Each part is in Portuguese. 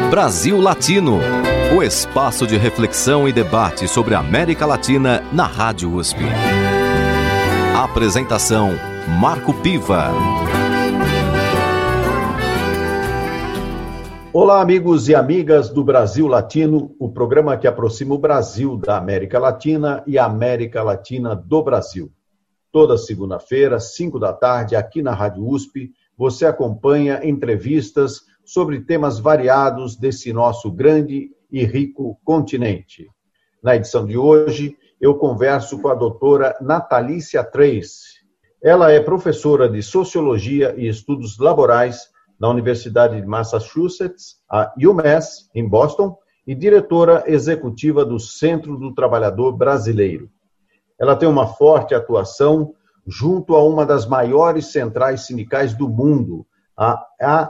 Brasil Latino, o espaço de reflexão e debate sobre a América Latina na Rádio USP. Apresentação: Marco Piva. Olá, amigos e amigas do Brasil Latino, o programa que aproxima o Brasil da América Latina e a América Latina do Brasil. Toda segunda-feira, 5 da tarde, aqui na Rádio USP, você acompanha entrevistas sobre temas variados desse nosso grande e rico continente. Na edição de hoje, eu converso com a doutora Natalícia Trace. Ela é professora de Sociologia e Estudos Laborais na Universidade de Massachusetts, a UMass, em Boston, e diretora executiva do Centro do Trabalhador Brasileiro. Ela tem uma forte atuação junto a uma das maiores centrais sindicais do mundo, a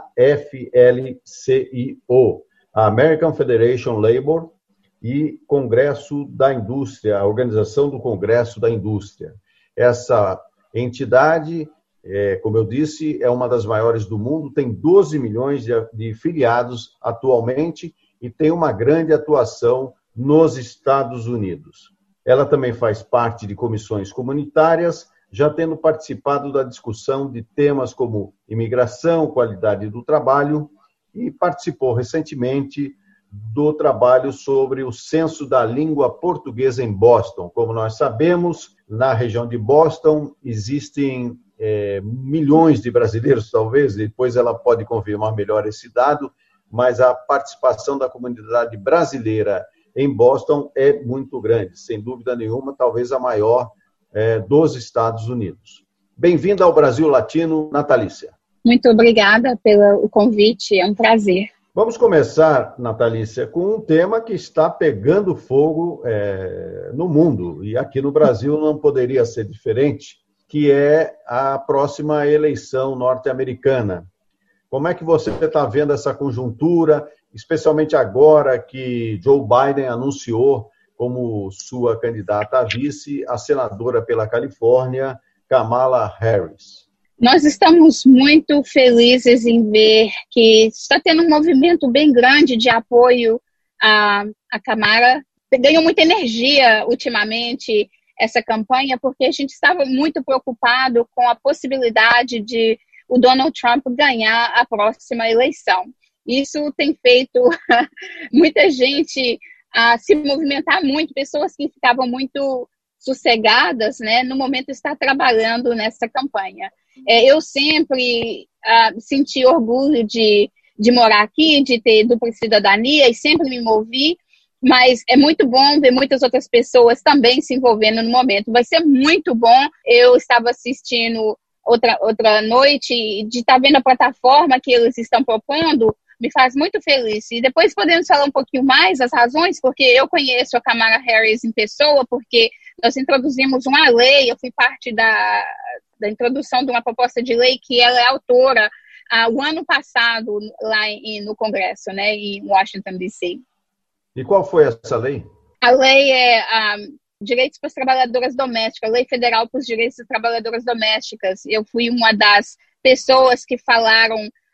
AFL-CIO, a American Federation Labor, e Congresso da Indústria, a Organização do Congresso da Indústria. Essa entidade, como eu disse, é uma das maiores do mundo, tem 12 milhões de filiados atualmente e tem uma grande atuação nos Estados Unidos. Ela também faz parte de comissões comunitárias, já tendo participado da discussão de temas como imigração, qualidade do trabalho, e participou recentemente do trabalho sobre o censo da língua portuguesa em Boston. Como nós sabemos, na região de Boston existem milhões de brasileiros, talvez, depois ela pode confirmar melhor esse dado, mas a participação da comunidade brasileira em Boston é muito grande, sem dúvida nenhuma, talvez a maior dos Estados Unidos. Bem-vinda ao Brasil Latino, Natalícia. Muito obrigada pelo convite, é um prazer. Vamos começar, Natalícia, com um tema que está pegando fogo no mundo, e aqui no Brasil não poderia ser diferente, que é a próxima eleição norte-americana. Como é que você está vendo essa conjuntura, especialmente agora que Joe Biden anunciou como sua candidata a vice, a senadora pela Califórnia, Kamala Harris? Nós estamos muito felizes em ver que está tendo um movimento bem grande de apoio à Kamala. Ganhou muita energia ultimamente essa campanha, porque a gente estava muito preocupado com a possibilidade de o Donald Trump ganhar a próxima eleição. Isso tem feito muita gente se movimentar muito, pessoas que ficavam muito sossegadas, né, no momento de estar trabalhando nessa campanha. Eu sempre senti orgulho de morar aqui, de ter dupla cidadania e sempre me movi, mas é muito bom ver muitas outras pessoas também se envolvendo no momento. Vai ser muito bom. Eu estava assistindo outra noite, de estar vendo a plataforma que eles estão propondo, me faz muito feliz. E depois podemos falar um pouquinho mais as razões, porque eu conheço a Kamala Harris em pessoa, porque nós introduzimos uma lei, eu fui parte da introdução de uma proposta de lei que ela é autora o ano passado lá no Congresso, né, em Washington, D.C. E qual foi essa lei? A lei é Direitos para as Trabalhadoras Domésticas, Lei Federal para os Direitos das Trabalhadoras Domésticas. Eu fui uma das pessoas que falaram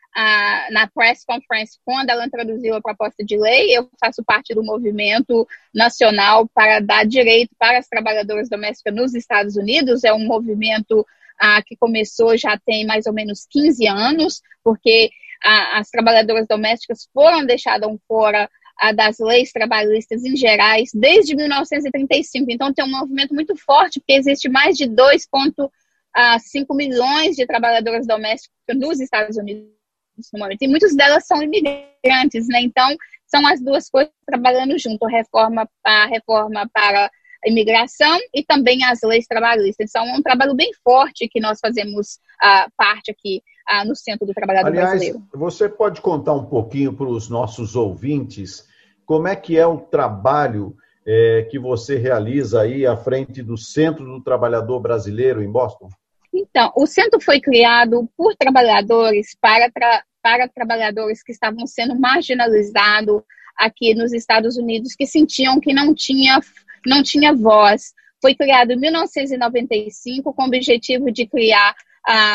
na press conference, quando ela introduziu a proposta de lei. Eu faço parte do movimento nacional para dar direito para as trabalhadoras domésticas nos Estados Unidos. É um movimento que começou já tem mais ou menos 15 anos, porque as trabalhadoras domésticas foram deixadas fora das leis trabalhistas em gerais desde 1935. Então, tem um movimento muito forte, porque existe mais de 2,5 milhões de trabalhadoras domésticas nos Estados Unidos no momento. E muitas delas são imigrantes, né? Então, são as duas coisas trabalhando junto, a reforma para a imigração e também as leis trabalhistas. Então, é um trabalho bem forte que nós fazemos parte aqui no Centro do Trabalhador Brasileiro. Você pode contar um pouquinho para os nossos ouvintes como é que é o trabalho que você realiza aí à frente do Centro do Trabalhador Brasileiro em Boston? Então, o centro foi criado por trabalhadores para trabalhadores que estavam sendo marginalizados aqui nos Estados Unidos, que sentiam que não tinha voz. Foi criado em 1995 com o objetivo de criar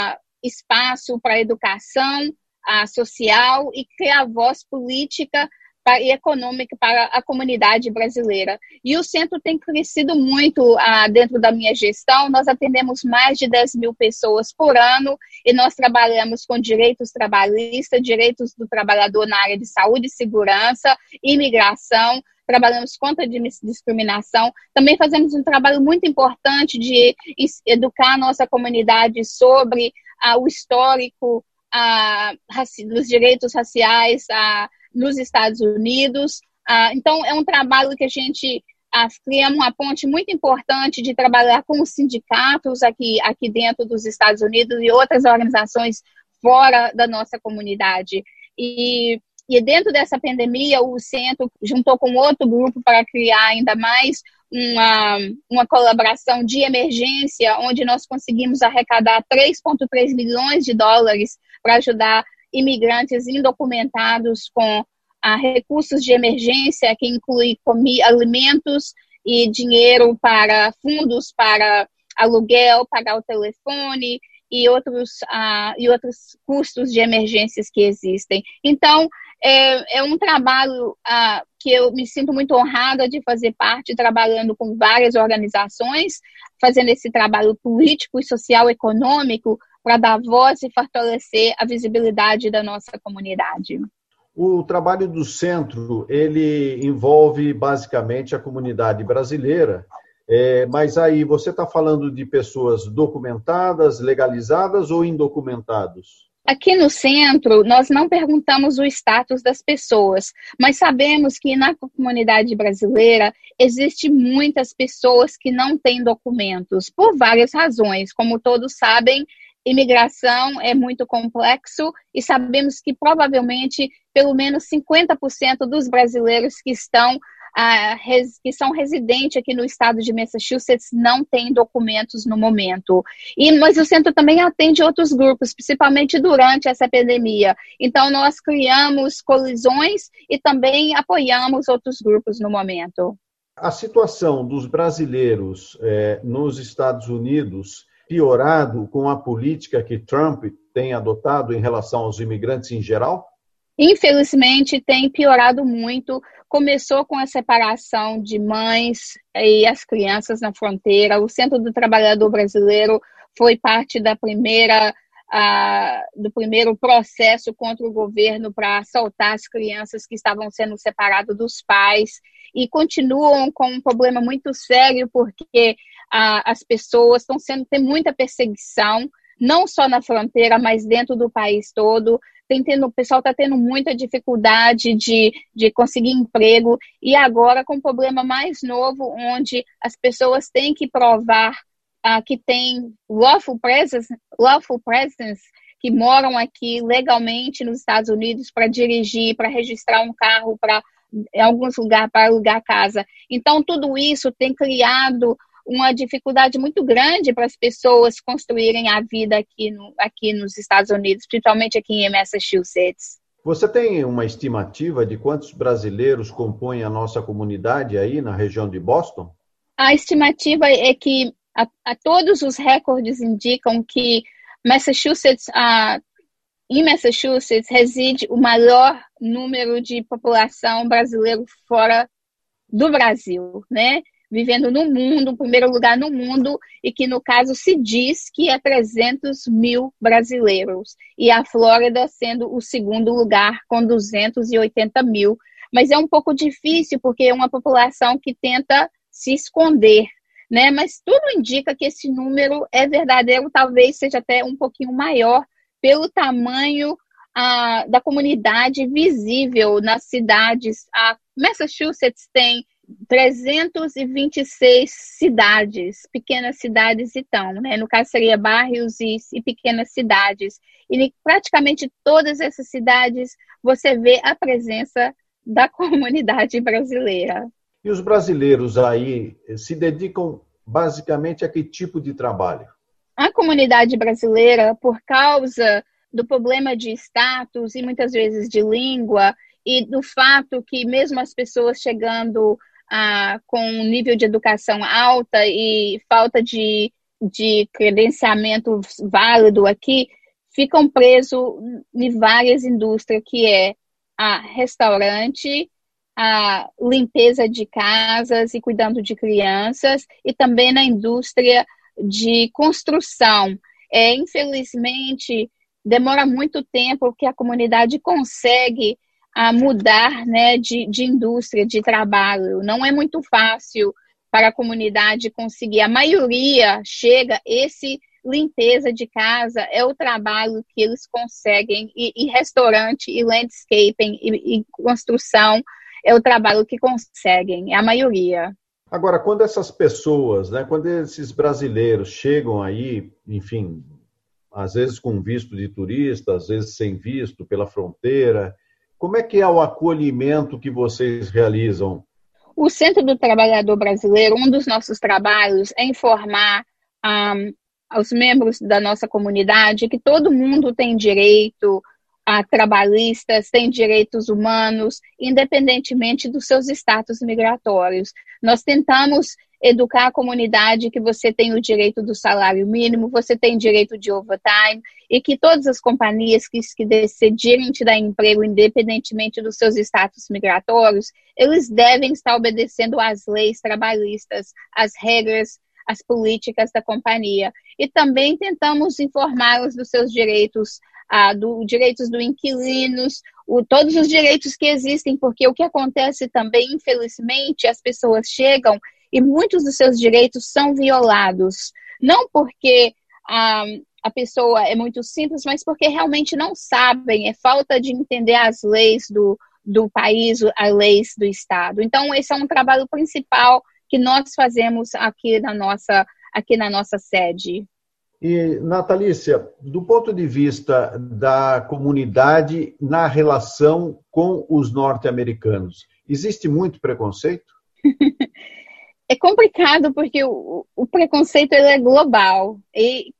espaço para a educação social e criar voz política e econômica para a comunidade brasileira. E o centro tem crescido muito dentro da minha gestão. Nós atendemos mais de 10 mil pessoas por ano e nós trabalhamos com direitos trabalhistas, direitos do trabalhador na área de saúde e segurança, imigração, trabalhamos contra a discriminação. Também fazemos um trabalho muito importante de educar a nossa comunidade sobre o histórico dos direitos raciais nos Estados Unidos. Então, é um trabalho que a gente criamos uma ponte muito importante de trabalhar com os sindicatos aqui dentro dos Estados Unidos e outras organizações fora da nossa comunidade. E dentro dessa pandemia, o centro juntou com outro grupo para criar ainda mais uma colaboração de emergência, onde nós conseguimos arrecadar 3,3 milhões de dólares para ajudar imigrantes indocumentados com recursos de emergência, que inclui alimentos e dinheiro para fundos para aluguel, pagar o telefone e outros custos de emergências que existem. Então, é um trabalho que eu me sinto muito honrada de fazer parte, trabalhando com várias organizações, fazendo esse trabalho político e social econômico para dar voz e fortalecer a visibilidade da nossa comunidade. O trabalho do centro, ele envolve basicamente a comunidade brasileira, mas aí você está falando de pessoas documentadas, legalizadas ou indocumentados? Aqui no centro, nós não perguntamos o status das pessoas, mas sabemos que na comunidade brasileira existem muitas pessoas que não têm documentos, por várias razões. Como todos sabem, imigração é muito complexo e sabemos que provavelmente pelo menos 50% dos brasileiros que são residentes aqui no estado de Massachusetts não têm documentos no momento. Mas o centro também atende outros grupos, principalmente durante essa pandemia. Então, nós criamos colisões e também apoiamos outros grupos no momento. A situação dos brasileiros nos Estados Unidos piorado com a política que Trump tem adotado em relação aos imigrantes em geral? Infelizmente, tem piorado muito. Começou com a separação de mães e as crianças na fronteira. O Centro do Trabalhador Brasileiro foi parte do primeiro processo contra o governo para soltar as crianças que estavam sendo separadas dos pais. E continuam com um problema muito sério, porque as pessoas tem muita perseguição, não só na fronteira, mas dentro do país todo. O pessoal está tendo muita dificuldade de conseguir emprego, e agora com um problema mais novo, onde as pessoas têm que provar que tem lawful presence, que moram aqui legalmente nos Estados Unidos para dirigir, para registrar um carro, em alguns lugares para alugar casa. Então, tudo isso tem criado uma dificuldade muito grande para as pessoas construírem a vida aqui nos Estados Unidos, principalmente aqui em Massachusetts. Você tem uma estimativa de quantos brasileiros compõem a nossa comunidade aí na região de Boston? A estimativa é que todos os recordes indicam que em Massachusetts reside o maior número de população brasileira fora do Brasil, né? Vivendo no mundo, em primeiro lugar no mundo, e que no caso se diz que é 300 mil brasileiros. E a Flórida sendo o segundo lugar com 280 mil. Mas é um pouco difícil, porque é uma população que tenta se esconder, né? Mas tudo indica que esse número é verdadeiro, talvez seja até um pouquinho maior, pelo tamanho da comunidade visível nas cidades. Massachusetts tem 326 cidades, pequenas cidades então, né? No caso seria bairros e pequenas cidades. E praticamente todas essas cidades você vê a presença da comunidade brasileira. E os brasileiros aí se dedicam basicamente a que tipo de trabalho? A comunidade brasileira, por causa do problema de status e muitas vezes de língua, e do fato que mesmo as pessoas chegando com um nível de educação alta e falta de credenciamento válido aqui, ficam presos em várias indústrias, que é restaurante, a limpeza de casas e cuidando de crianças, e também na indústria de construção. Infelizmente, demora muito tempo que a comunidade consegue mudar, né, de indústria, de trabalho. Não é muito fácil para a comunidade conseguir. A maioria chega, limpeza de casa é o trabalho que eles conseguem, e restaurante, e landscaping, e construção é o trabalho que conseguem, é a maioria. Agora, quando essas pessoas, né, quando esses brasileiros chegam aí, enfim, às vezes com visto de turista, às vezes sem visto, pela fronteira, como é que é o acolhimento que vocês realizam? O Centro do Trabalhador Brasileiro, um dos nossos trabalhos é informar aos membros da nossa comunidade que todo mundo tem direito a trabalhistas, tem direitos humanos, independentemente dos seus status migratórios. Nós tentamos educar a comunidade que você tem o direito do salário mínimo, você tem direito de overtime, e que todas as companhias que decidirem te dar emprego, independentemente dos seus status migratórios, eles devem estar obedecendo às leis trabalhistas, às regras, as políticas da companhia. E também tentamos informá-los dos seus direitos, direitos do inquilinos, todos os direitos que existem, porque o que acontece também, infelizmente, as pessoas chegam e muitos dos seus direitos são violados. Não porque a pessoa é muito simples, mas porque realmente não sabem, é falta de entender as leis do país, as leis do Estado. Então, esse é um trabalho principal que nós fazemos aqui na nossa sede. E, Natalícia, do ponto de vista da comunidade na relação com os norte-americanos, existe muito preconceito? É complicado porque o preconceito ele é global. E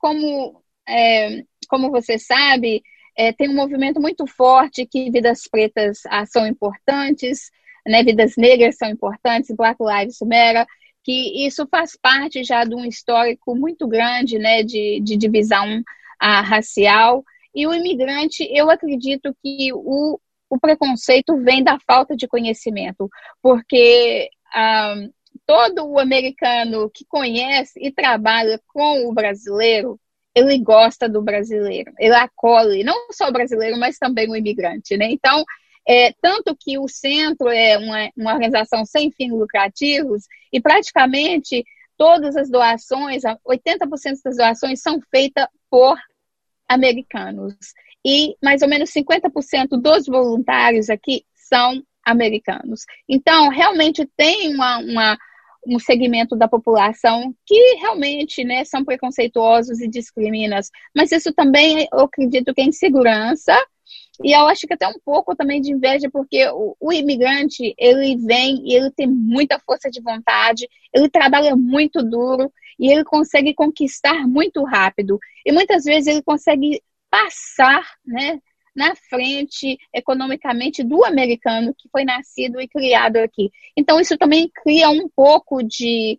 como você sabe, tem um movimento muito forte que vidas pretas são importantes, né, vidas negras são importantes, Black Lives Matter, que isso faz parte já de um histórico muito grande, né, de divisão racial. E o imigrante, eu acredito que o preconceito vem da falta de conhecimento, porque todo o americano que conhece e trabalha com o brasileiro, ele gosta do brasileiro, ele acolhe não só o brasileiro, mas também o imigrante, né? Então, tanto que o centro é uma organização sem fins lucrativos e praticamente todas as doações, 80% das doações são feitas por americanos. E mais ou menos 50% dos voluntários aqui são americanos. Então, realmente tem um segmento da população que realmente, né, são preconceituosos e discriminam. Mas isso também, eu acredito que é insegurança. E eu acho que até um pouco também de inveja, porque o imigrante, ele vem e ele tem muita força de vontade, ele trabalha muito duro e ele consegue conquistar muito rápido. E muitas vezes ele consegue passar, né, na frente economicamente do americano que foi nascido e criado aqui. Então isso também cria um pouco de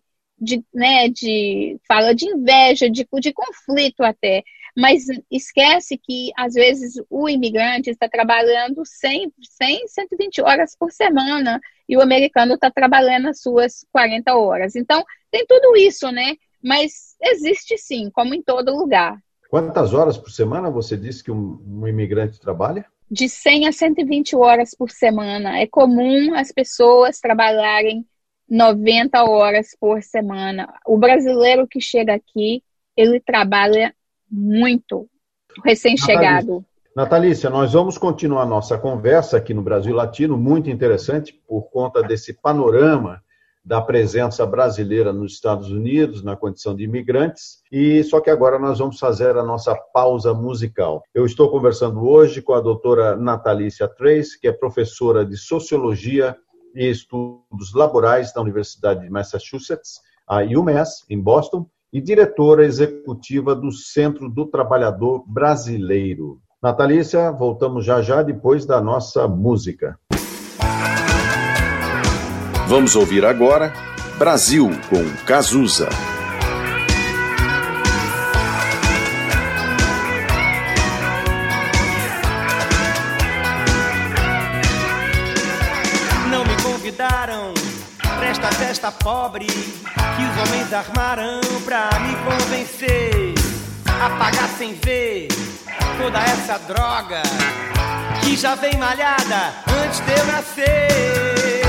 inveja, de conflito até. Mas esquece que, às vezes, o imigrante está trabalhando 120 horas por semana e o americano está trabalhando as suas 40 horas. Então, tem tudo isso, né? Mas existe sim, como em todo lugar. Quantas horas por semana você disse que um imigrante trabalha? De 100 a 120 horas por semana. É comum as pessoas trabalharem 90 horas por semana. O brasileiro que chega aqui, ele trabalha muito, recém-chegado. Natalícia, nós vamos continuar nossa conversa aqui no Brasil Latino, muito interessante por conta desse panorama da presença brasileira nos Estados Unidos, na condição de imigrantes, e só que agora nós vamos fazer a nossa pausa musical. Eu estou conversando hoje com a doutora Natalícia Trace, que é professora de Sociologia e Estudos Laborais da Universidade de Massachusetts, a UMass, em Boston, e diretora executiva do Centro do Trabalhador Brasileiro. Natalícia, voltamos já depois da nossa música. Vamos ouvir agora Brasil com Cazuza. Não me convidaram pra esta festa pobre que os homens armaram pra me convencer a pagar sem ver toda essa droga que já vem malhada antes de eu nascer.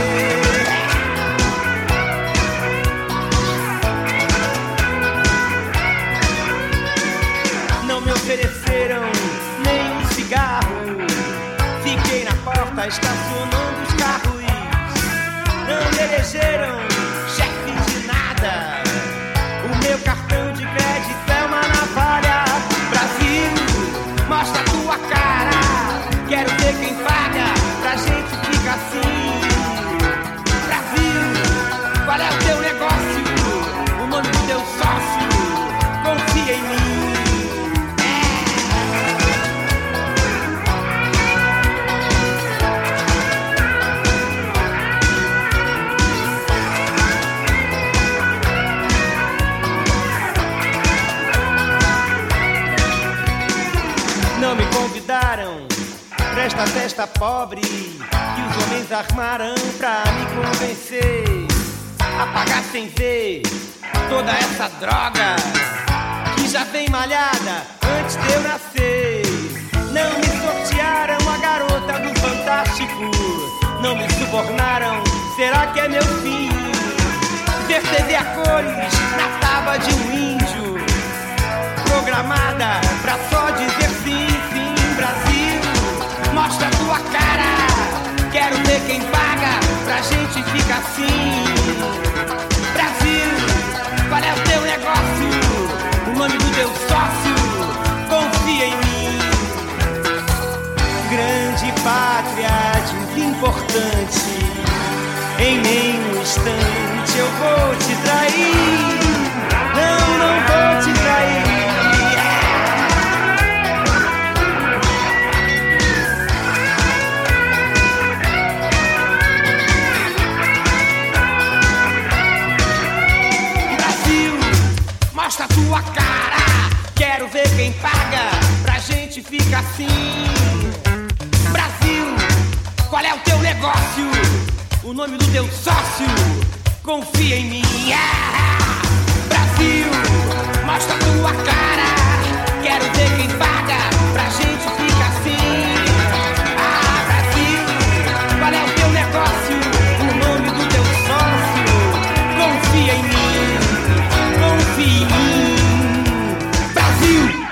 Não me ofereceram nem um cigarro, fiquei na porta estacionando os carros. Não me elegeram chefe de nada, o meu cartão de crédito é uma navalha. Brasil, mostra a tua cara, quero ver quem paga, pra gente fica assim. Brasil, qual é o teu negócio, o nome do teu sócio, confia em mim. Não me convidaram pra esta festa pobre que os homens armaram pra me convencer a pagar sem ver toda essa droga que já vem malhada antes de eu nascer. Não me sortearam a garota do Fantástico, não me subornaram, será que é meu fim? Ver TV a cores na tábua de um índio, programada pra só dizer sim, sim. Brasil, mostra a tua cara, quero ver quem paga, pra gente ficar assim. Brasil, qual é o teu negócio, o nome do teu sócio, confia em mim. Grande pátria, de importante, em nenhum instante eu vou te trair. Não, não vou te trair. Mostra a tua cara, quero ver quem paga, pra gente ficar assim. Brasil, qual é o teu negócio, o nome do teu sócio, confia em mim. Brasil, mostra a tua cara, quero ver quem paga, pra gente ficar assim. Brasil, qual é o teu negócio, o nome do teu sócio, confia em mim. Brasil!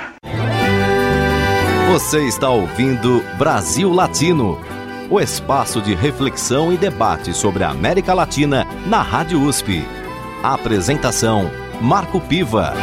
Você está ouvindo Brasil Latino, o espaço de reflexão e debate sobre a América Latina na Rádio USP. A apresentação, Marco Piva.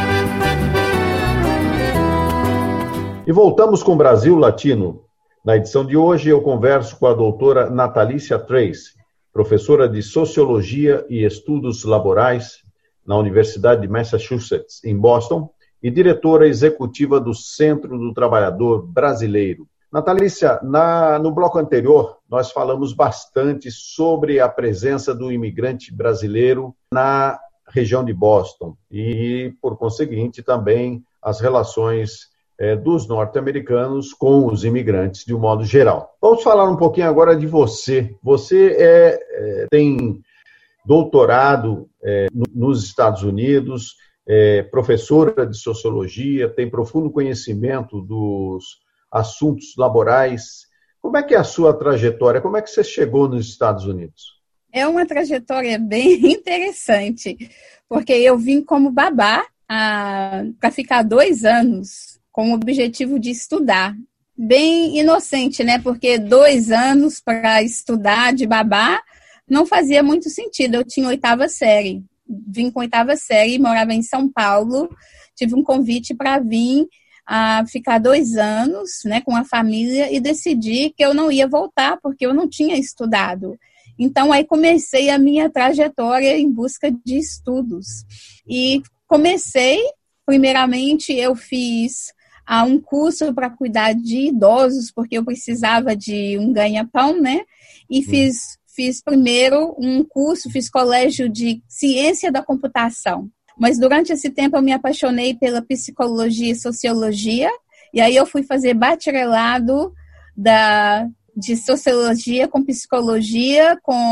E voltamos com Brasil Latino. Na edição de hoje eu converso com a doutora Natalícia Trace, professora de Sociologia e Estudos Laborais na Universidade de Massachusetts, em Boston, e diretora executiva do Centro do Trabalhador Brasileiro. Natalícia, no bloco anterior, nós falamos bastante sobre a presença do imigrante brasileiro na região de Boston e, por conseguinte, também as relações dos norte-americanos com os imigrantes, de um modo geral. Vamos falar um pouquinho agora de você. Você tem doutorado nos Estados Unidos, professora de sociologia, tem profundo conhecimento dos assuntos laborais. Como é que é a sua trajetória? Como é que você chegou nos Estados Unidos? É uma trajetória bem interessante, porque eu vim como babá para ficar 2 anos com o objetivo de estudar. Bem inocente, né? Porque 2 anos para estudar de babá não fazia muito sentido. Eu tinha 8ª série. Vim com 8ª série, morava em São Paulo. Tive um convite para vir ficar 2 anos, né, com a família e decidi que eu não ia voltar porque eu não tinha estudado. Então, aí comecei a minha trajetória em busca de estudos. E comecei, primeiramente, eu fiz um curso para cuidar de idosos, porque eu precisava de um ganha-pão, né? E fiz primeiro um curso, fiz colégio de ciência da computação. Mas durante esse tempo eu me apaixonei pela psicologia e sociologia, e aí eu fui fazer bacharelado de sociologia com psicologia, com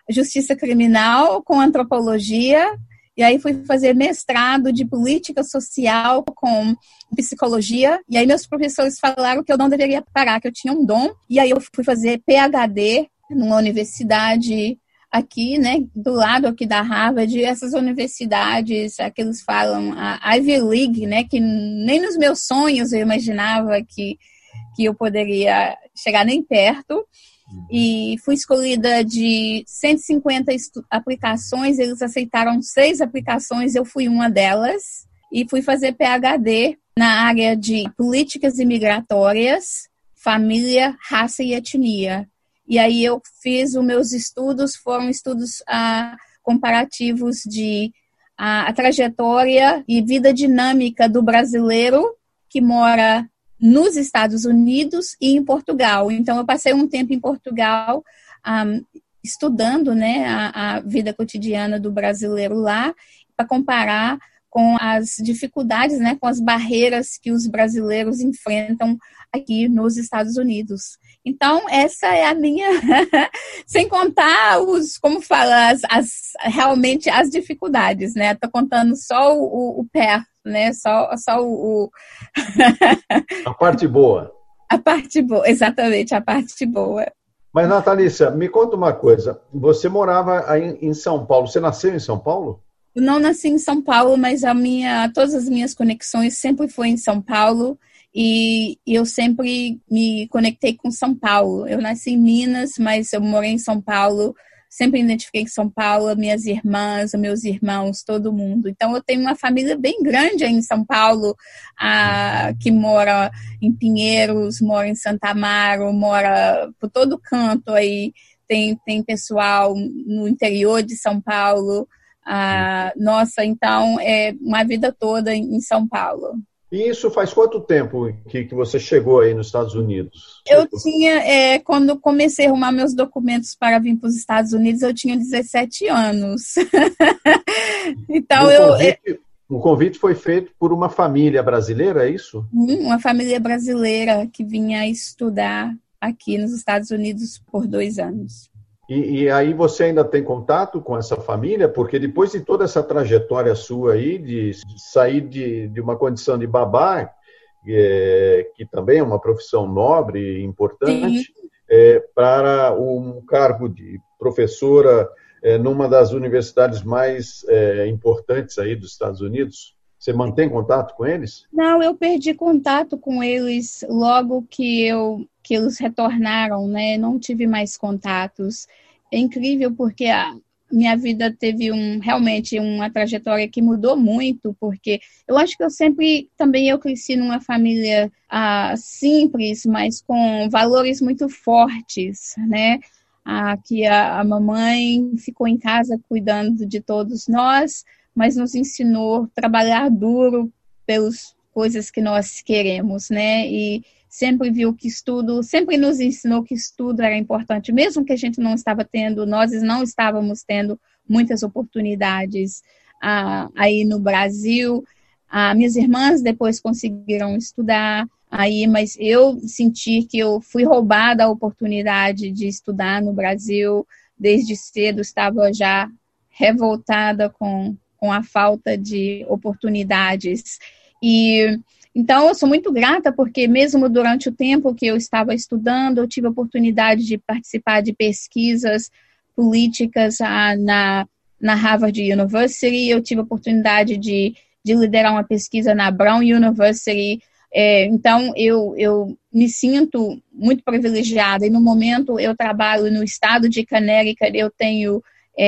justiça criminal com antropologia, e aí fui fazer mestrado de política social com psicologia, e aí meus professores falaram que eu não deveria parar, que eu tinha um dom, e aí eu fui fazer PhD numa universidade aqui, né, do lado aqui da Harvard, essas universidades, que eles falam, a Ivy League, né, que nem nos meus sonhos eu imaginava que eu poderia chegar nem perto. E fui escolhida de 150 aplicações, eles aceitaram 6 aplicações, eu fui uma delas, e fui fazer PhD na área de políticas imigratórias, família, raça e etnia. E aí eu fiz os meus estudos, foram estudos comparativos de a trajetória e vida dinâmica do brasileiro que mora nos Estados Unidos e em Portugal. Então, eu passei um tempo em Portugal estudando, né, a vida cotidiana do brasileiro lá, para comparar com as dificuldades, né, com as barreiras que os brasileiros enfrentam aqui nos Estados Unidos. Então, essa é a minha... Sem contar realmente as dificuldades, né? Estou contando só o perto, né? Só o... A parte boa. A parte boa, exatamente, a parte boa. Mas, Natalícia, me conta uma coisa. Você morava aí em São Paulo. Você nasceu em São Paulo? Eu não nasci em São Paulo, mas todas as minhas conexões sempre foram em São Paulo. E eu sempre me conectei com São Paulo. Eu nasci em Minas, mas eu morei em São Paulo, sempre identifiquei em São Paulo, minhas irmãs, meus irmãos, todo mundo. Então, eu tenho uma família bem grande aí em São Paulo, que mora em Pinheiros, mora em Santa Amaro, mora por todo canto aí. Tem pessoal no interior de São Paulo. Nossa, então, é uma vida toda em São Paulo. E isso faz quanto tempo que você chegou aí nos Estados Unidos? Eu tinha, quando comecei a arrumar meus documentos para vir para os Estados Unidos, eu tinha 17 anos. Então, o convite foi feito por uma família brasileira, é isso? Uma família brasileira que vinha estudar aqui nos Estados Unidos por 2 anos. E aí você ainda tem contato com essa família? Porque depois de toda essa trajetória sua aí, de sair de uma condição de babá, que também é uma profissão nobre e importante, para um cargo de professora numa das universidades mais importantes aí dos Estados Unidos, você mantém contato com eles? Não, eu perdi contato com eles logo que eles retornaram, né? Não tive mais contatos. É incrível porque a minha vida teve realmente uma trajetória que mudou muito, porque eu acho que eu cresci numa família simples, mas com valores muito fortes, né? Que a mamãe ficou em casa cuidando de todos nós, mas nos ensinou a trabalhar duro pelas coisas que nós queremos, né? E sempre viu que sempre nos ensinou que estudo era importante, mesmo que a gente nós não estávamos tendo muitas oportunidades aí no Brasil. Minhas irmãs depois conseguiram estudar aí, mas eu senti que eu fui roubada a oportunidade de estudar no Brasil. Desde cedo estava já revoltada com a falta de oportunidades. Então, eu sou muito grata porque mesmo durante o tempo que eu estava estudando, eu tive a oportunidade de participar de pesquisas políticas na Harvard University, eu tive a oportunidade de liderar uma pesquisa na Brown University. Então, eu me sinto muito privilegiada e no momento eu trabalho no estado de Connecticut, eu tenho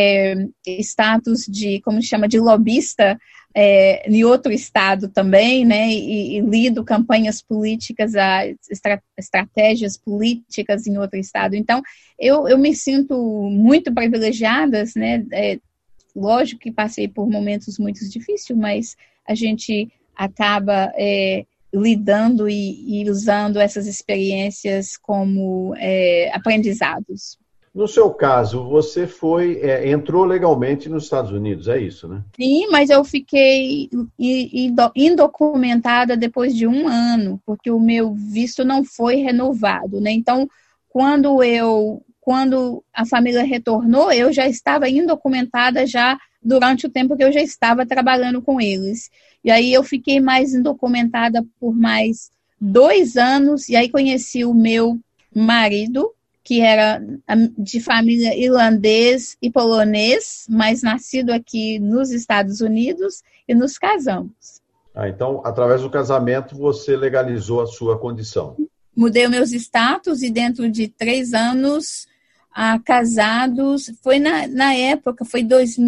status de, como se chama, de lobista em outro estado também, né, e lido campanhas políticas, estratégias políticas em outro estado. Então, eu me sinto muito privilegiada, né, lógico que passei por momentos muito difíceis, mas a gente acaba lidando e usando essas experiências como aprendizados. No seu caso, você entrou legalmente nos Estados Unidos, é isso, né? Sim, mas eu fiquei indocumentada depois de 1 ano, porque o meu visto não foi renovado, né? Então, quando eu quando a família retornou, eu já estava indocumentada já durante o tempo que eu já estava trabalhando com eles. E aí eu fiquei mais indocumentada por mais 2 anos, e aí conheci o meu marido, que era de família irlandês e polonês, mas nascido aqui nos Estados Unidos, e nos casamos. Então, através do casamento, você legalizou a sua condição. Mudei os meus status e dentro de 3 anos, casados, foi na época, foi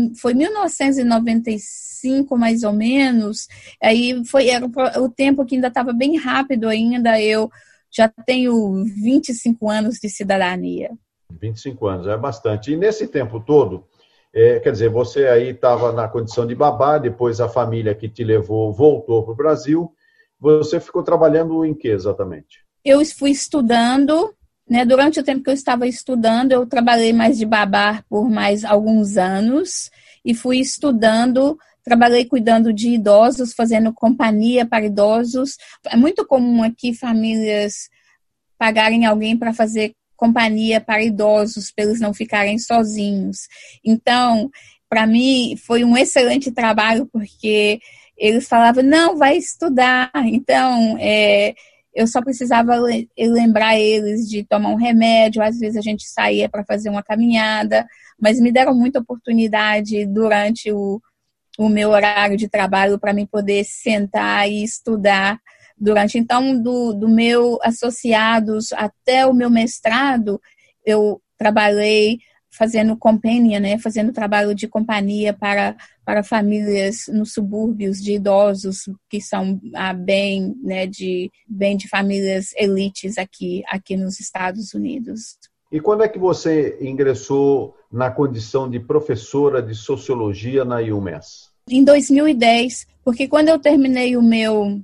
1995 mais ou menos, aí era o tempo que ainda estava bem rápido ainda, eu já tenho 25 anos de cidadania. 25 anos, é bastante. E nesse tempo todo, quer dizer, você aí estava na condição de babá, depois a família que te levou voltou para o Brasil, você ficou trabalhando em que exatamente? Eu fui estudando, né? Durante o tempo que eu estava estudando, eu trabalhei mais de babá por mais alguns anos e fui estudando, trabalhei cuidando de idosos, fazendo companhia para idosos. É muito comum aqui famílias pagarem alguém para fazer companhia para idosos, para eles não ficarem sozinhos. Então, para mim, foi um excelente trabalho, porque eles falavam, não, vai estudar. Então, eu só precisava lembrar eles de tomar um remédio, às vezes a gente saía para fazer uma caminhada, mas me deram muita oportunidade durante o meu horário de trabalho para mim poder sentar e estudar durante. Então, do meu associados até o meu mestrado, eu trabalhei fazendo companion, né, fazendo trabalho de companhia para famílias nos subúrbios de idosos que são bem de famílias elites aqui nos Estados Unidos. E quando é que você ingressou na condição de professora de sociologia na UMass? Em 2010, porque quando eu terminei o meu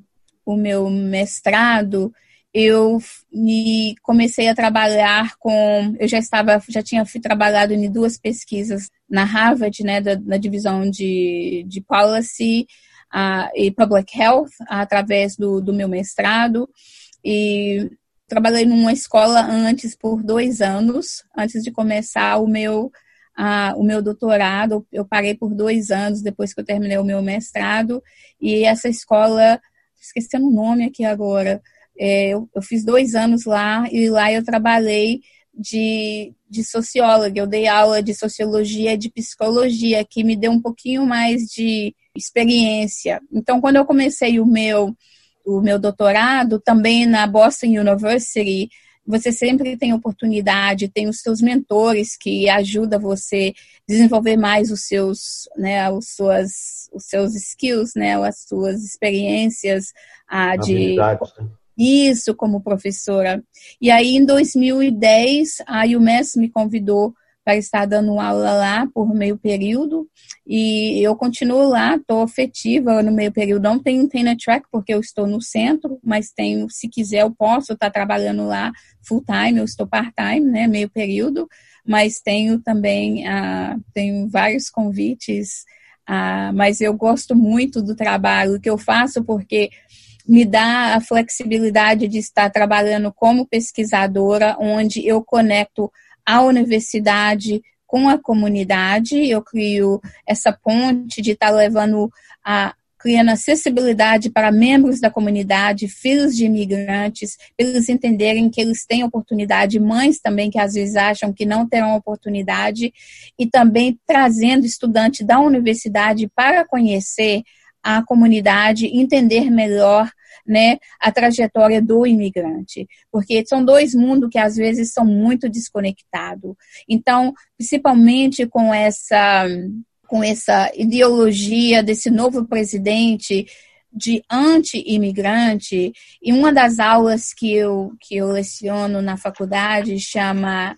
mestrado, eu comecei a trabalhar eu já tinha trabalhado em 2 pesquisas na Harvard, né, na divisão de Policy e Public Health, através do meu mestrado, e trabalhei numa escola antes por 2 anos, antes de começar o meu doutorado. Eu parei por 2 anos depois que eu terminei o meu mestrado, e essa escola, esquecendo o nome aqui agora, eu fiz 2 anos lá, e lá eu trabalhei de socióloga. Eu dei aula de sociologia e de psicologia, que me deu um pouquinho mais de experiência. Então, quando eu comecei o meu doutorado, também na Boston University, você sempre tem oportunidade, tem os seus mentores que ajudam você a desenvolver mais os seus skills, né, as suas experiências habilidades, né? Isso, como professora. E aí, em 2010, a UMass me convidou para estar dando aula lá por meio período, e eu continuo lá, estou efetiva no meio período. Não tenho tenure track porque eu estou no centro, mas tenho, se quiser, eu posso estar trabalhando lá full time, eu estou part-time, né, meio período, mas tenho também, tenho vários convites, mas eu gosto muito do trabalho que eu faço, porque me dá a flexibilidade de estar trabalhando como pesquisadora, onde eu conecto a universidade com a comunidade. Eu crio essa ponte de estar criando acessibilidade para membros da comunidade, filhos de imigrantes, para eles entenderem que eles têm oportunidade, mães também que às vezes acham que não terão oportunidade, e também trazendo estudantes da universidade para conhecer a comunidade, entender melhor, né, a trajetória do imigrante, porque são 2 mundos que às vezes são muito desconectados. Então, principalmente com essa ideologia desse novo presidente de anti-imigrante, e uma das aulas que eu leciono na faculdade chama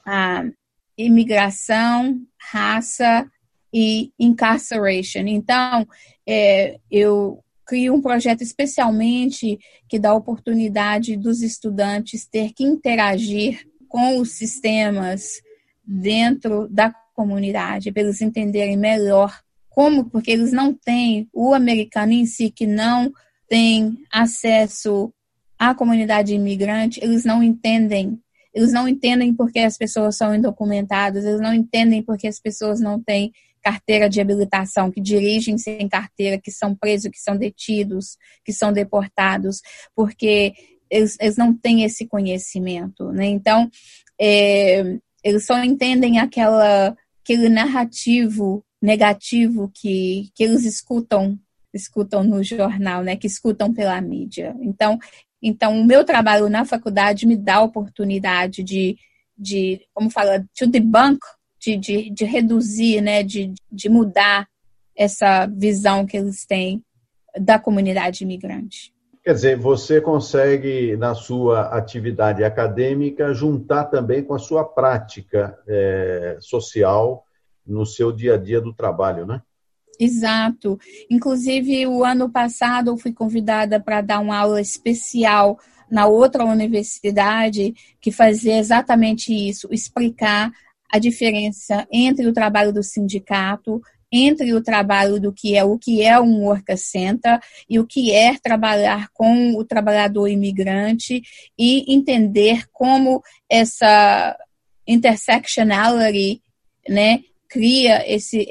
imigração, raça e incarceration. Então, eu crio um projeto especialmente que dá a oportunidade dos estudantes ter que interagir com os sistemas dentro da comunidade, para eles entenderem melhor porque eles não têm, o americano em si, que não tem acesso à comunidade imigrante, eles não entendem eles não entendem porque as pessoas são indocumentadas, eles não entendem porque as pessoas não têm carteira de habilitação, que dirigem sem carteira, que são presos, que são detidos, que são deportados, porque eles não têm esse conhecimento, né? Então, eles só entendem aquele narrativo negativo que eles escutam no jornal, né? Que escutam pela mídia. Então, o meu trabalho na faculdade me dá a oportunidade de como fala, to debunk, de reduzir, né? De mudar essa visão que eles têm da comunidade imigrante. Quer dizer, você consegue, na sua atividade acadêmica, juntar também com a sua prática social no seu dia a dia do trabalho, né? Exato. Inclusive, o ano passado eu fui convidada para dar uma aula especial na outra universidade que fazia exatamente isso, explicar a diferença entre o trabalho do sindicato, entre o trabalho do que é um worker center e o que é trabalhar com o trabalhador imigrante e entender como essa intersectionality, né, cria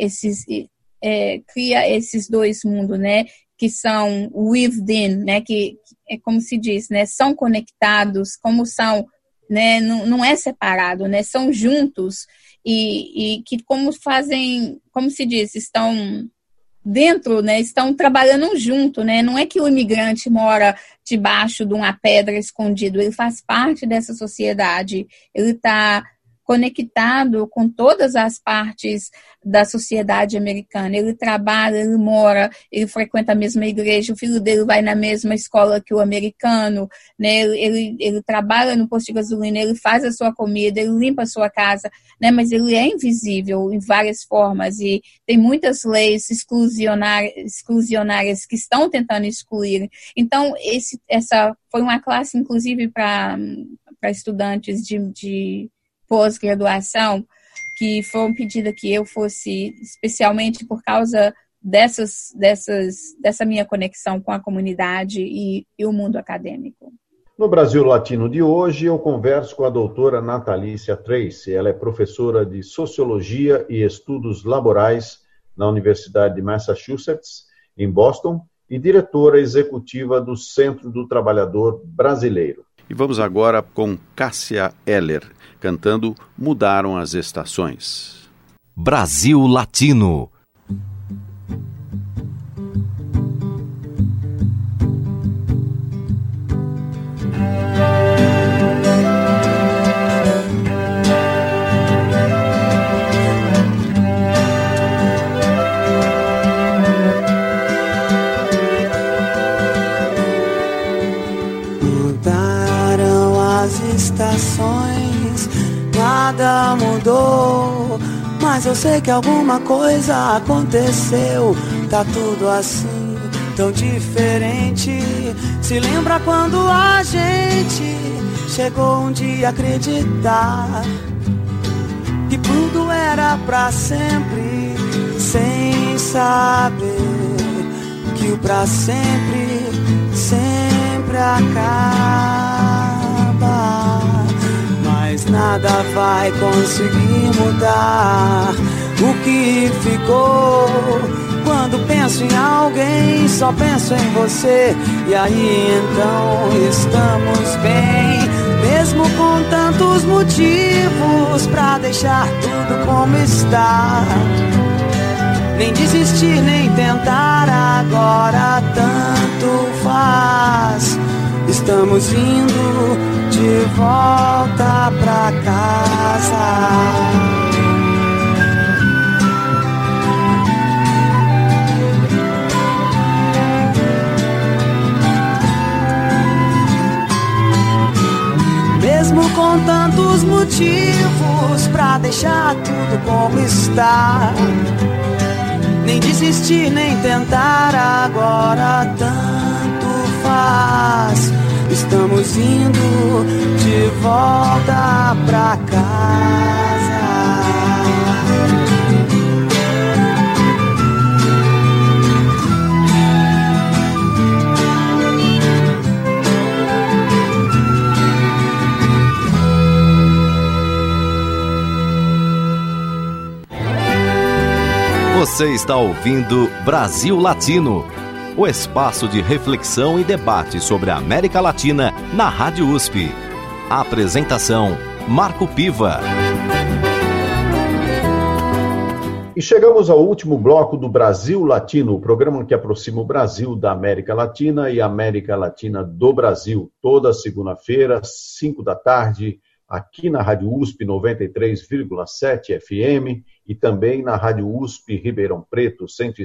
esses dois mundos, né, que são within, né, que é como se diz, né, são conectados, como são, né, não é separado, né, são juntos e que como se diz, estão dentro, né, estão trabalhando junto, né, não é que o imigrante mora debaixo de uma pedra escondido, ele faz parte dessa sociedade, ele está conectado com todas as partes da sociedade americana. Ele trabalha, ele mora, ele frequenta a mesma igreja, o filho dele vai na mesma escola que o americano, né? Ele trabalha no posto de gasolina, ele faz a sua comida, ele limpa a sua casa, né? Mas ele é invisível em várias formas e tem muitas leis exclusionárias que estão tentando excluir. Então, essa foi uma classe, inclusive, para estudantes de pós-graduação, que foi um pedido que eu fosse, especialmente por causa dessa minha conexão com a comunidade e o mundo acadêmico. No Brasil Latino de hoje, eu converso com a doutora Natalícia Tracy. Ela é professora de Sociologia e Estudos Laborais na Universidade de Massachusetts, em Boston, e diretora executiva do Centro do Trabalhador Brasileiro. E vamos agora com Cássia Eller, cantando Mudaram as Estações. Brasil Latino. Nada mudou, mas eu sei que alguma coisa aconteceu. Tá tudo assim, tão diferente. Se lembra quando a gente chegou um dia a acreditar que tudo era pra sempre, sem saber que o pra sempre sempre acaba. Mas nada vai conseguir mudar o que ficou. Quando penso em alguém, só penso em você. E aí então estamos bem, mesmo com tantos motivos pra deixar tudo como está. Nem desistir, nem tentar, agora tanto faz. Estamos indo de volta pra casa. Mesmo com tantos motivos pra deixar tudo como está. Nem desistir, nem tentar, agora tanto faz. Estamos indo de volta pra casa. Você está ouvindo Brasil Latino, o espaço de reflexão e debate sobre a América Latina na Rádio USP. A apresentação, Marco Piva. E chegamos ao último bloco do Brasil Latino, o programa que aproxima o Brasil da América Latina e a América Latina do Brasil. Toda segunda-feira, 5 da tarde, aqui na Rádio USP 93,7 FM e também na Rádio USP Ribeirão Preto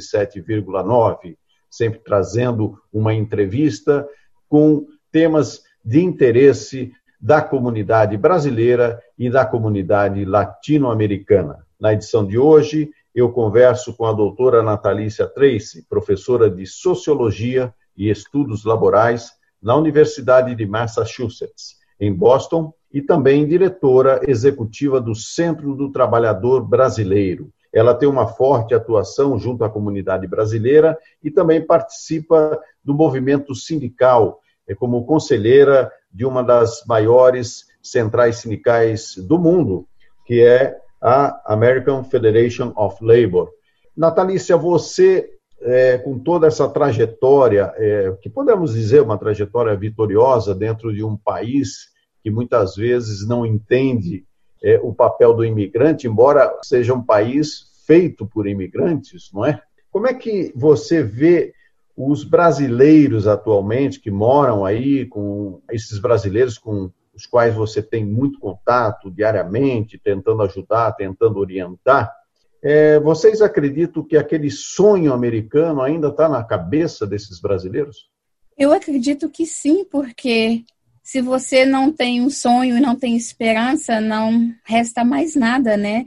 107,9, sempre trazendo uma entrevista com temas de interesse da comunidade brasileira e da comunidade latino-americana. Na edição de hoje, eu converso com a doutora Natalícia Tracy, professora de Sociologia e Estudos Laborais na Universidade de Massachusetts, em Boston, e também diretora executiva do Centro do Trabalhador Brasileiro. Ela tem uma forte atuação junto à comunidade brasileira e também participa do movimento sindical, como conselheira de uma das maiores centrais sindicais do mundo, que é a American Federation of Labor. Natalícia, você, com toda essa trajetória, que podemos dizer uma trajetória vitoriosa dentro de um país que muitas vezes não entende o papel do imigrante, embora seja um país feito por imigrantes, não é? Como é que você vê os brasileiros atualmente que moram aí, com esses brasileiros com os quais você tem muito contato diariamente, tentando ajudar, tentando orientar, vocês acreditam que aquele sonho americano ainda está na cabeça desses brasileiros? Eu acredito que sim, porque se você não tem um sonho e não tem esperança, não resta mais nada, né?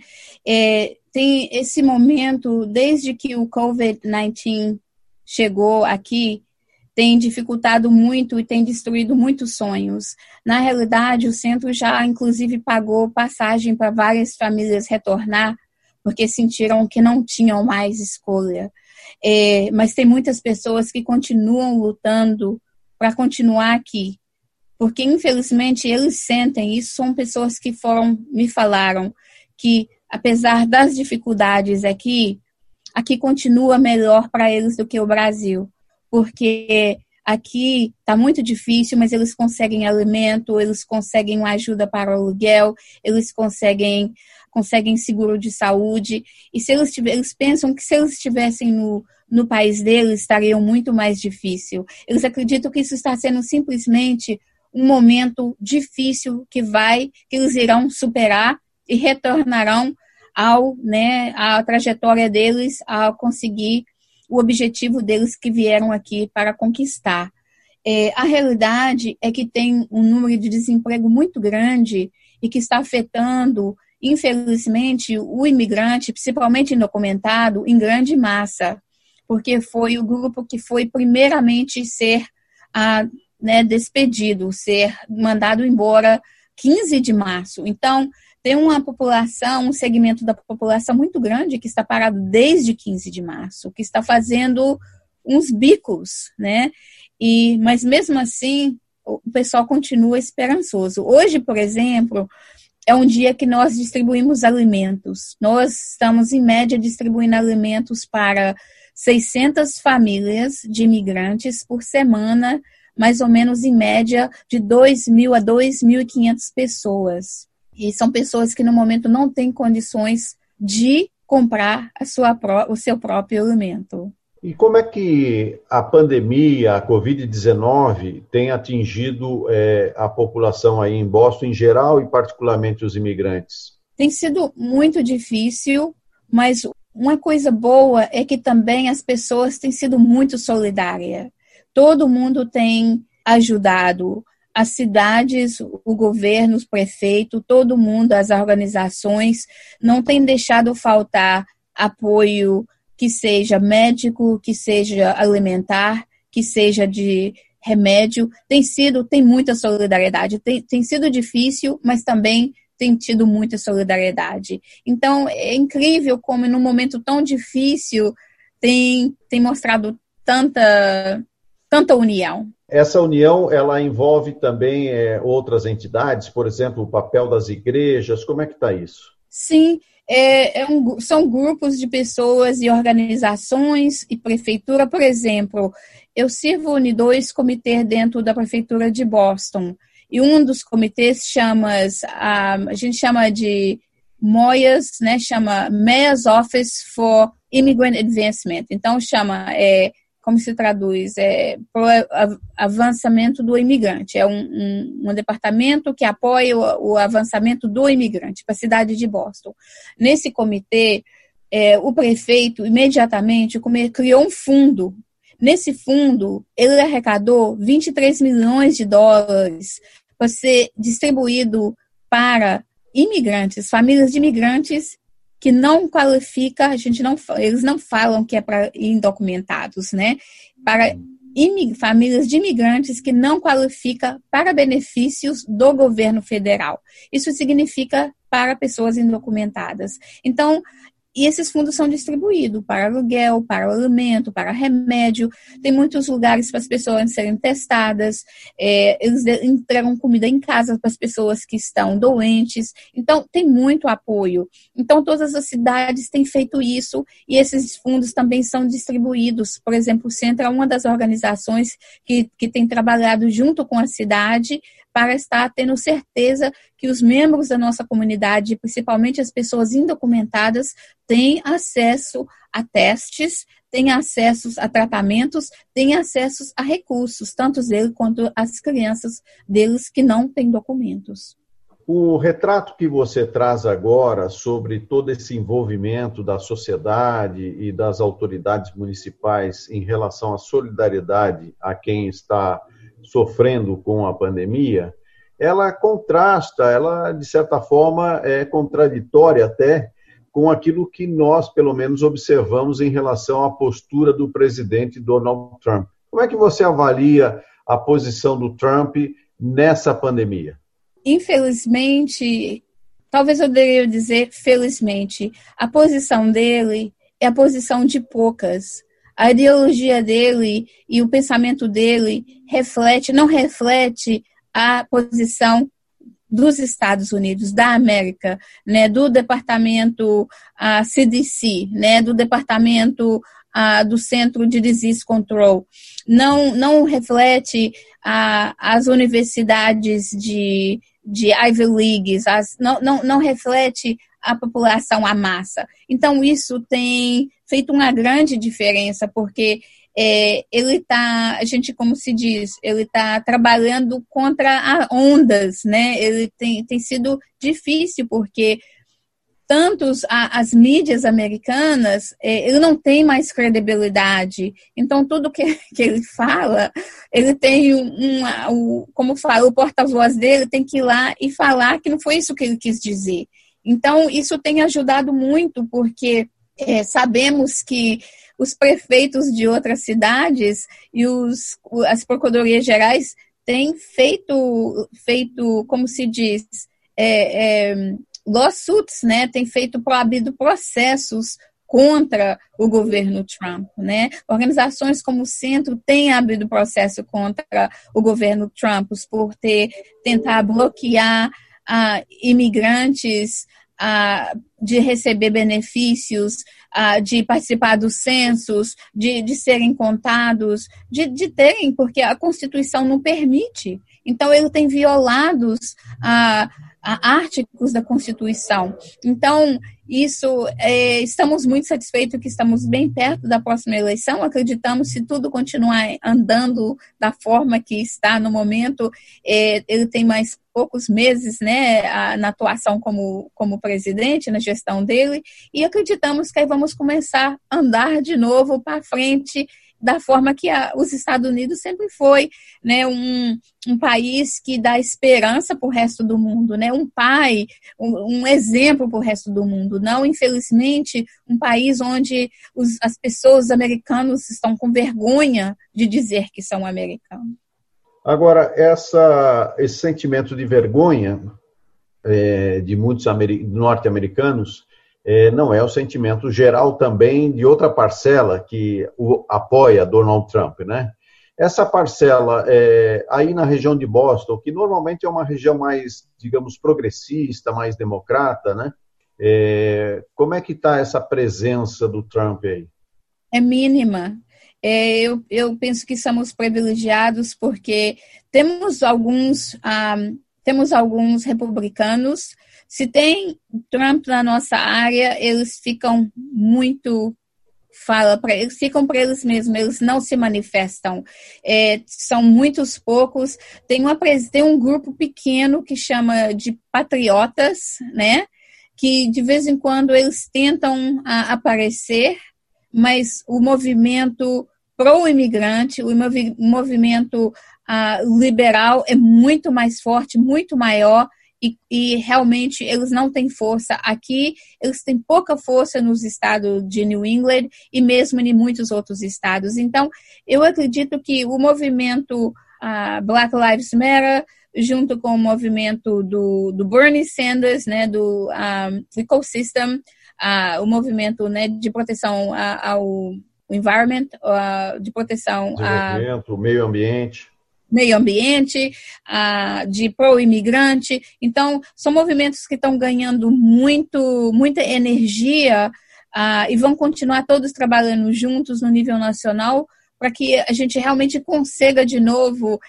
Tem esse momento, desde que o COVID-19 chegou aqui, tem dificultado muito e tem destruído muitos sonhos. Na realidade, o centro já, inclusive, pagou passagem para várias famílias retornar, porque sentiram que não tinham mais escolha. Mas tem muitas pessoas que continuam lutando para continuar aqui, porque, infelizmente, eles sentem, isso são pessoas que me falaram, que, apesar das dificuldades aqui continua melhor para eles do que o Brasil. Porque aqui está muito difícil, mas eles conseguem alimento, eles conseguem uma ajuda para o aluguel, eles conseguem seguro de saúde. E se eles pensam que se eles estivessem no país deles, estariam muito mais difícil. Eles acreditam que isso está sendo simplesmente um momento difícil que eles irão superar e retornarão à trajetória deles, ao conseguir o objetivo deles que vieram aqui para conquistar. A realidade é que tem um número de desemprego muito grande e que está afetando, infelizmente, o imigrante, principalmente indocumentado, em grande massa, porque foi o grupo que foi primeiramente ser despedido, ser mandado embora 15 de março. Então, tem uma população, um segmento da população muito grande que está parado desde 15 de março, que está fazendo uns bicos, né? Mas mesmo assim, o pessoal continua esperançoso. Hoje, por exemplo, é um dia que nós distribuímos alimentos. Nós estamos, em média, distribuindo alimentos para 600 famílias de imigrantes por semana, mais ou menos em média de 2.000 a 2.500 pessoas. E são pessoas que no momento não têm condições de comprar o seu próprio alimento. E como é que a pandemia, a Covid-19, tem atingido a população aí em Boston em geral e particularmente os imigrantes? Tem sido muito difícil, mas uma coisa boa é que também as pessoas têm sido muito solidárias. Todo mundo tem ajudado. As cidades, o governo, os prefeitos, todo mundo, as organizações, não tem deixado faltar apoio que seja médico, que seja alimentar, que seja de remédio. Tem muita solidariedade. Tem sido difícil, mas também tem tido muita solidariedade. Então, é incrível como, num momento tão difícil, tem mostrado tanta união. Essa união, ela envolve também outras entidades, por exemplo, o papel das igrejas, como é que está isso? Sim, são grupos de pessoas e organizações e prefeitura. Por exemplo, eu sirvo em 2 comitês dentro da prefeitura de Boston. E um dos comitês a gente chama de MOIAs, né? Chama Mayor's Office for Immigrant Advancement. Então, como se traduz? Pro avançamento do imigrante. É um departamento que apoia o avançamento do imigrante para a cidade de Boston. Nesse comitê, o prefeito imediatamente criou um fundo. Nesse fundo, ele arrecadou $23 milhões para ser distribuído para imigrantes, famílias de imigrantes que não qualifica, eles não falam que é para indocumentados, né? Para famílias de imigrantes que não qualifica para benefícios do governo federal. Isso significa para pessoas indocumentadas. Então, e esses fundos são distribuídos para aluguel, para alimento, para remédio. Tem muitos lugares para as pessoas serem testadas. Eles entregam comida em casa para as pessoas que estão doentes. Então, tem muito apoio. Então, todas as cidades têm feito isso e esses fundos também são distribuídos. Por exemplo, o Centro é uma das organizações que tem trabalhado junto com a cidade para estar tendo certeza que os membros da nossa comunidade, principalmente as pessoas indocumentadas, têm acesso a testes, têm acesso a tratamentos, têm acesso a recursos, tanto eles quanto as crianças deles que não têm documentos. O retrato que você traz agora sobre todo esse envolvimento da sociedade e das autoridades municipais em relação à solidariedade a quem está sofrendo com a pandemia, ela contrasta, ela de certa forma é contraditória até com aquilo que nós, pelo menos, observamos em relação à postura do presidente Donald Trump. Como é que você avalia a posição do Trump nessa pandemia? Infelizmente, talvez eu deveria dizer felizmente, a posição dele é a posição de poucas. A ideologia dele e o pensamento dele não reflete a posição dos Estados Unidos, da América, né, do departamento CDC, né, do departamento do Centro de Disease Control. Não reflete as universidades de Ivy Leagues, não reflete a população, a massa. Então, isso tem feito uma grande diferença, porque a gente, como se diz, ele está trabalhando contra ondas, né? Ele tem sido difícil, porque as mídias americanas, ele não tem mais credibilidade. Então, tudo que ele fala, ele tem como fala, o porta-voz dele tem que ir lá e falar que não foi isso que ele quis dizer. Então, isso tem ajudado muito, porque sabemos que os prefeitos de outras cidades e as procuradorias gerais têm feito, como se diz, lawsuits, né? Tem abrido processos contra o governo Trump, né? Organizações como o Centro têm abrido processo contra o governo Trump por tentar bloquear imigrantes de receber benefícios, de participar dos censos, de serem contados, de terem, porque a Constituição não permite. Então, ele tem violado artigos da Constituição. Então, estamos muito satisfeitos que estamos bem perto da próxima eleição. Acreditamos, se tudo continuar andando da forma que está no momento, ele tem mais poucos meses, né, na atuação como presidente, na gestão dele, e acreditamos que aí vamos começar a andar de novo para frente da forma que os Estados Unidos sempre foi, né, um país que dá esperança para o resto do mundo, né, um exemplo para o resto do mundo, não, infelizmente, um país onde as pessoas americanas estão com vergonha de dizer que são americanos. Agora, esse sentimento de vergonha de muitos norte-americanos não é o sentimento geral também de outra parcela que apoia Donald Trump, né? Essa parcela aí na região de Boston, que normalmente é uma região mais, digamos, progressista, mais democrata, né? Como é que está essa presença do Trump aí? É mínima. Eu penso que somos privilegiados porque temos alguns republicanos. Se tem Trump na nossa área, eles ficam muito... eles ficam para eles mesmos, eles não se manifestam. São muitos poucos. Tem um grupo pequeno que chama de patriotas, né? Que de vez em quando eles tentam aparecer, mas o movimento pro-imigrante, o movimento liberal é muito mais forte, muito maior, e realmente eles não têm força aqui. Eles têm pouca força nos estados de New England e mesmo em muitos outros estados. Então, eu acredito que o movimento Black Lives Matter, junto com o movimento do Bernie Sanders, né, do Ecosystem, o movimento, né, de proteção ao environment, de proteção ao meio ambiente, de pro-imigrante. Então, são movimentos que estão ganhando muita energia e vão continuar todos trabalhando juntos no nível nacional para que a gente realmente consiga de novo,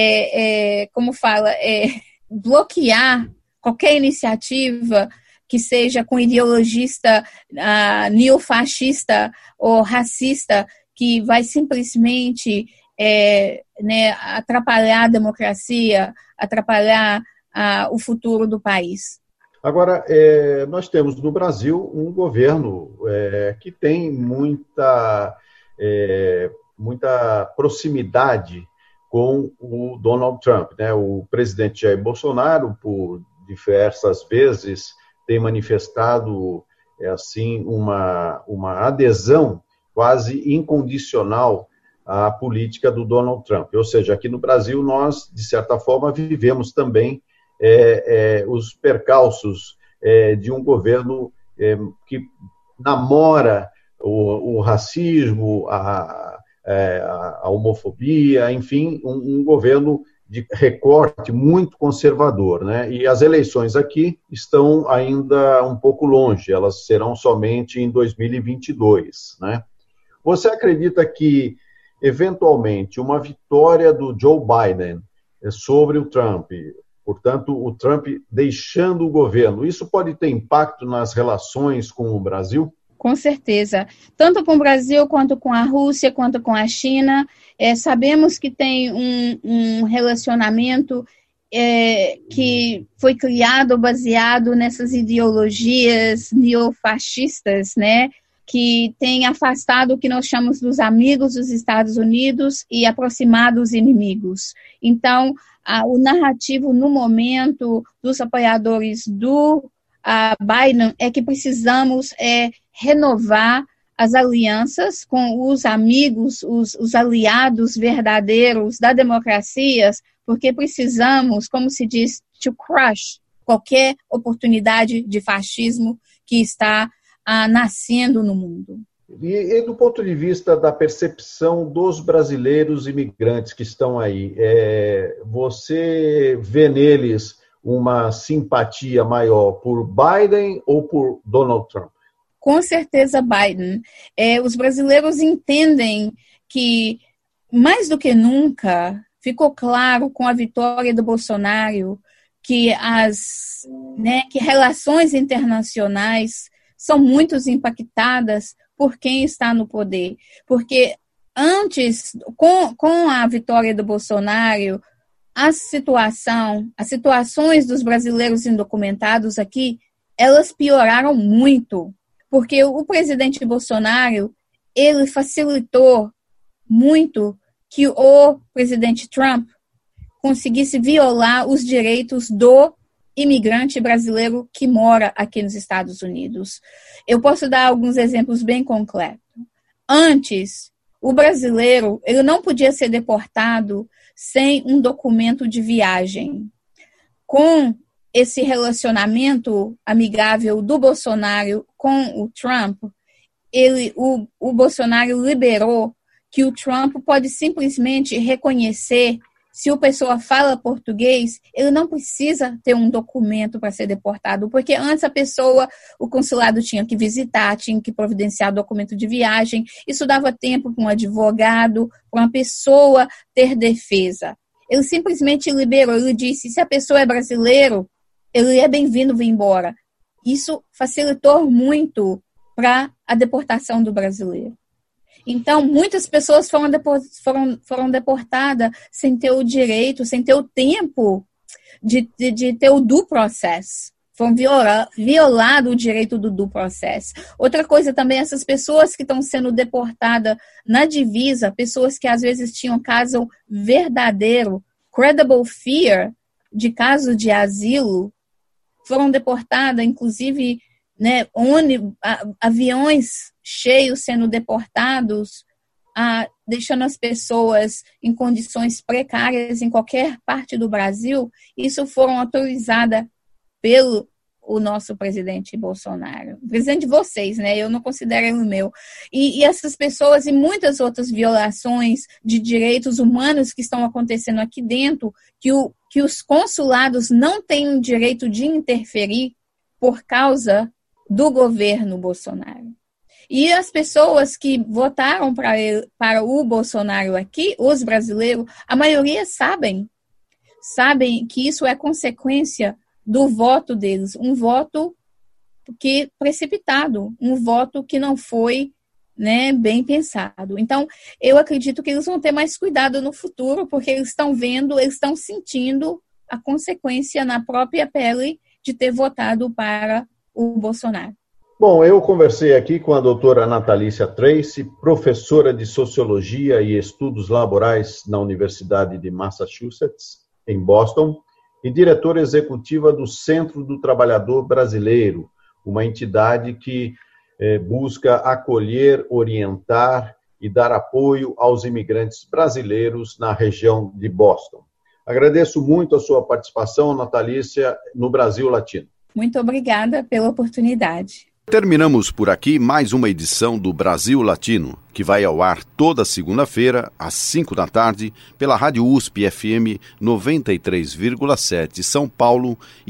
bloquear qualquer iniciativa que seja com ideologista neofascista ou racista, que vai simplesmente atrapalhar a democracia, atrapalhar o futuro do país. Agora, nós temos no Brasil um governo que tem muita proximidade com o Donald Trump, né? O presidente Jair Bolsonaro, por diversas vezes, tem manifestado assim uma adesão quase incondicional à política do Donald Trump. Ou seja, aqui no Brasil nós, de certa forma, vivemos também os percalços de um governo que namora o racismo, a homofobia, enfim, um governo de recorte muito conservador, né? E as eleições aqui estão ainda um pouco longe, elas serão somente em 2022, né? Você acredita que, eventualmente, uma vitória do Joe Biden sobre o Trump, portanto, o Trump deixando o governo, isso pode ter impacto nas relações com o Brasil? Com certeza. Tanto com o Brasil, quanto com a Rússia, quanto com a China. Sabemos que tem um relacionamento que foi criado baseado nessas ideologias neofascistas, né? Que tem afastado o que nós chamamos dos amigos dos Estados Unidos e aproximado os inimigos. Então, o narrativo no momento dos apoiadores do Biden é que precisamos renovar as alianças com os amigos, os aliados verdadeiros da democracia, porque precisamos, como se diz, to crush qualquer oportunidade de fascismo que está nascendo no mundo. E do ponto de vista da percepção dos brasileiros imigrantes que estão aí, você vê neles uma simpatia maior por Biden ou por Donald Trump? Com certeza Biden. Os brasileiros entendem que, mais do que nunca, ficou claro com a vitória do Bolsonaro que que relações internacionais são muito impactadas por quem está no poder. Porque antes, com a vitória do Bolsonaro, as situações dos brasileiros indocumentados aqui, elas pioraram muito. Porque o presidente Bolsonaro, ele facilitou muito que o presidente Trump conseguisse violar os direitos do imigrante brasileiro que mora aqui nos Estados Unidos. Eu posso dar alguns exemplos bem concretos. Antes, o brasileiro ele não podia ser deportado sem um documento de viagem. Com esse relacionamento amigável do Bolsonaro com o Trump, o Bolsonaro liberou que o Trump pode simplesmente reconhecer se a pessoa fala português, ele não precisa ter um documento para ser deportado, porque antes o consulado tinha que visitar, tinha que providenciar documento de viagem, isso dava tempo para um advogado, para uma pessoa ter defesa. Ele simplesmente liberou, ele disse, se a pessoa é brasileiro, ele é bem-vindo vir embora. Isso facilitou muito para a deportação do brasileiro. Então, muitas pessoas foram deportadas sem ter o direito, sem ter o tempo de ter o due process. Foram violado o direito do due process. Outra coisa também, essas pessoas que estão sendo deportadas na divisa, pessoas que às vezes tinham caso verdadeiro, credible fear, de caso de asilo, foram deportadas, inclusive, né, aviões cheios sendo deportados, deixando as pessoas em condições precárias em qualquer parte do Brasil. Isso foram autorizadas pelo nosso presidente Bolsonaro. O presidente de vocês, né? Eu não considero ele o meu. E essas pessoas e muitas outras violações de direitos humanos que estão acontecendo aqui dentro, que os consulados não têm o direito de interferir por causa do governo Bolsonaro. E as pessoas que votaram para o Bolsonaro aqui, os brasileiros, a maioria sabem que isso é consequência do voto deles, um voto que precipitado, um voto que não foi, né, bem pensado. Então, eu acredito que eles vão ter mais cuidado no futuro, porque eles estão sentindo a consequência na própria pele de ter votado para o Bolsonaro. Bom, eu conversei aqui com a doutora Natalícia Tracy, professora de Sociologia e Estudos Laborais na Universidade de Massachusetts, em Boston, e diretora executiva do Centro do Trabalhador Brasileiro, uma entidade que busca acolher, orientar e dar apoio aos imigrantes brasileiros na região de Boston. Agradeço muito a sua participação, Natalícia, no Brasil Latino. Muito obrigada pela oportunidade. Terminamos por aqui mais uma edição do Brasil Latino, que vai ao ar toda segunda-feira, às 5 da tarde, pela Rádio USP FM 93,7 São Paulo e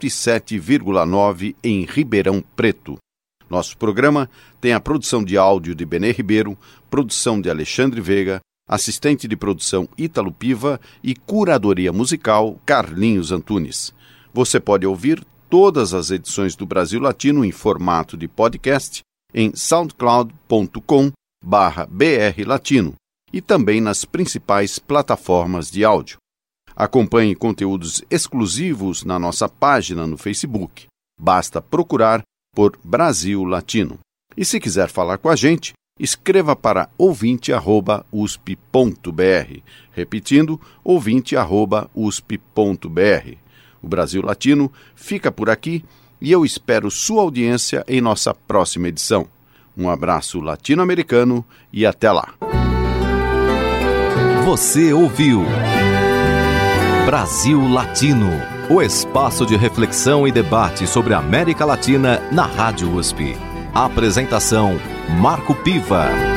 107,9 em Ribeirão Preto. Nosso programa tem a produção de áudio de Benê Ribeiro, produção de Alexandre Veiga, assistente de produção Ítalo Piva e curadoria musical Carlinhos Antunes. Você pode ouvir todas as edições do Brasil Latino em formato de podcast em soundcloud.com/brlatino e também nas principais plataformas de áudio. Acompanhe conteúdos exclusivos na nossa página no Facebook. Basta procurar por Brasil Latino. E se quiser falar com a gente, escreva para ouvinte@usp.br. Repetindo, ouvinte@usp.br. O Brasil Latino fica por aqui e eu espero sua audiência em nossa próxima edição. Um abraço latino-americano e até lá. Você ouviu Brasil Latino, o espaço de reflexão e debate sobre a América Latina na Rádio USP. Apresentação: Marco Piva.